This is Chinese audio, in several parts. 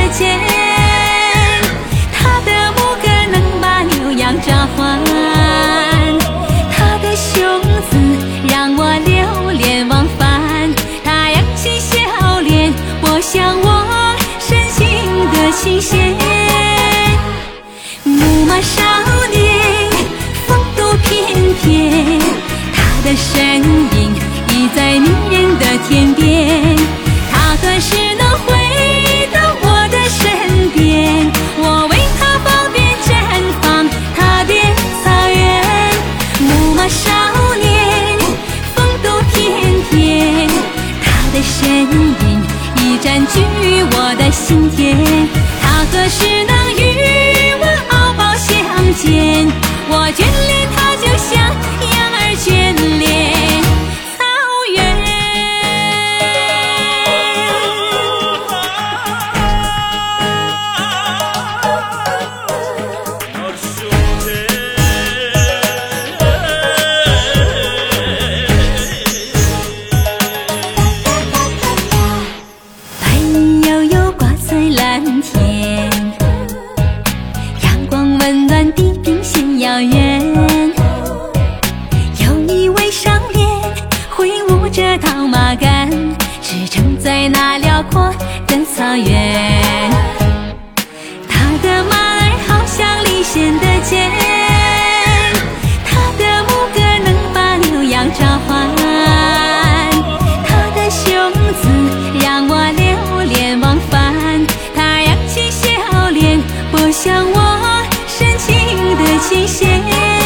肩，他的木格能把牛羊召唤，他的胸子让我流连忘返，他扬起笑脸，拨向我深情的琴弦。木马少年风度翩翩，他的身影已在迷人的天边，他何时能回到我的身边？我为他方便绽放他的草原。木马少年风度翩翩，他的身影已占据我的心田，他何时能与我翱抱相见？我眷恋他就像羊儿眷恋草原。白悠悠挂在蓝天，阳光温暖地平线遥远，有一位少年挥舞着套马杆，驰骋在那辽阔的草原。他的马儿好像离弦的箭，他的木格能把牛羊召唤，他的胸子让我流连忘返，他扬起笑脸，拨向我深情的琴弦。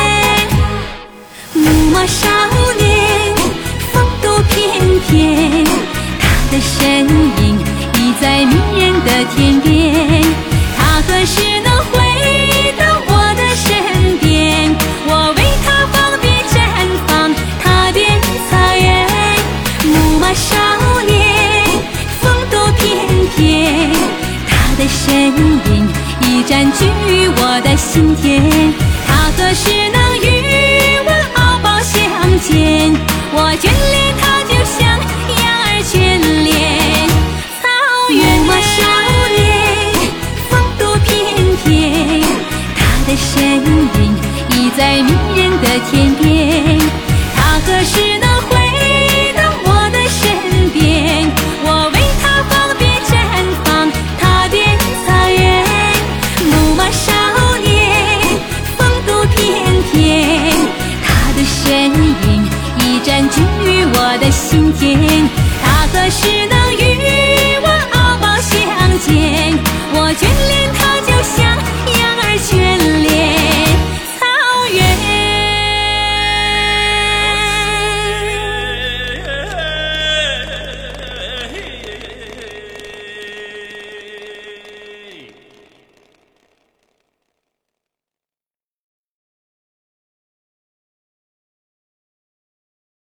木马少年风度翩翩，他的身影已在迷人的天边，他何时能回到我的身边？我为他方便绽放他的草原。木马少年风度翩翩，他的身影已占据我的心田，他何时能与我翱抱相见？我眷恋他